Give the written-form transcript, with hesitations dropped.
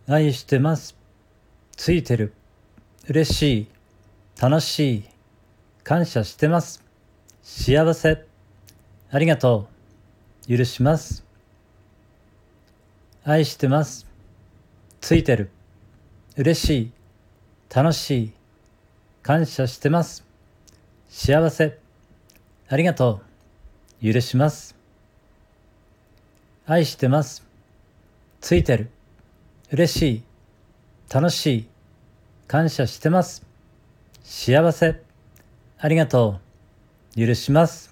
愛してます。ついてる。嬉しい。楽しい。感謝してます。幸せ。ありがとう。許します。愛してます。ついてる。嬉しい。楽しい。感謝してます。幸せ。ありがとう。許します。愛してます。ついてる。嬉しい。楽しい。感謝してます。幸せ。ありがとう。許します。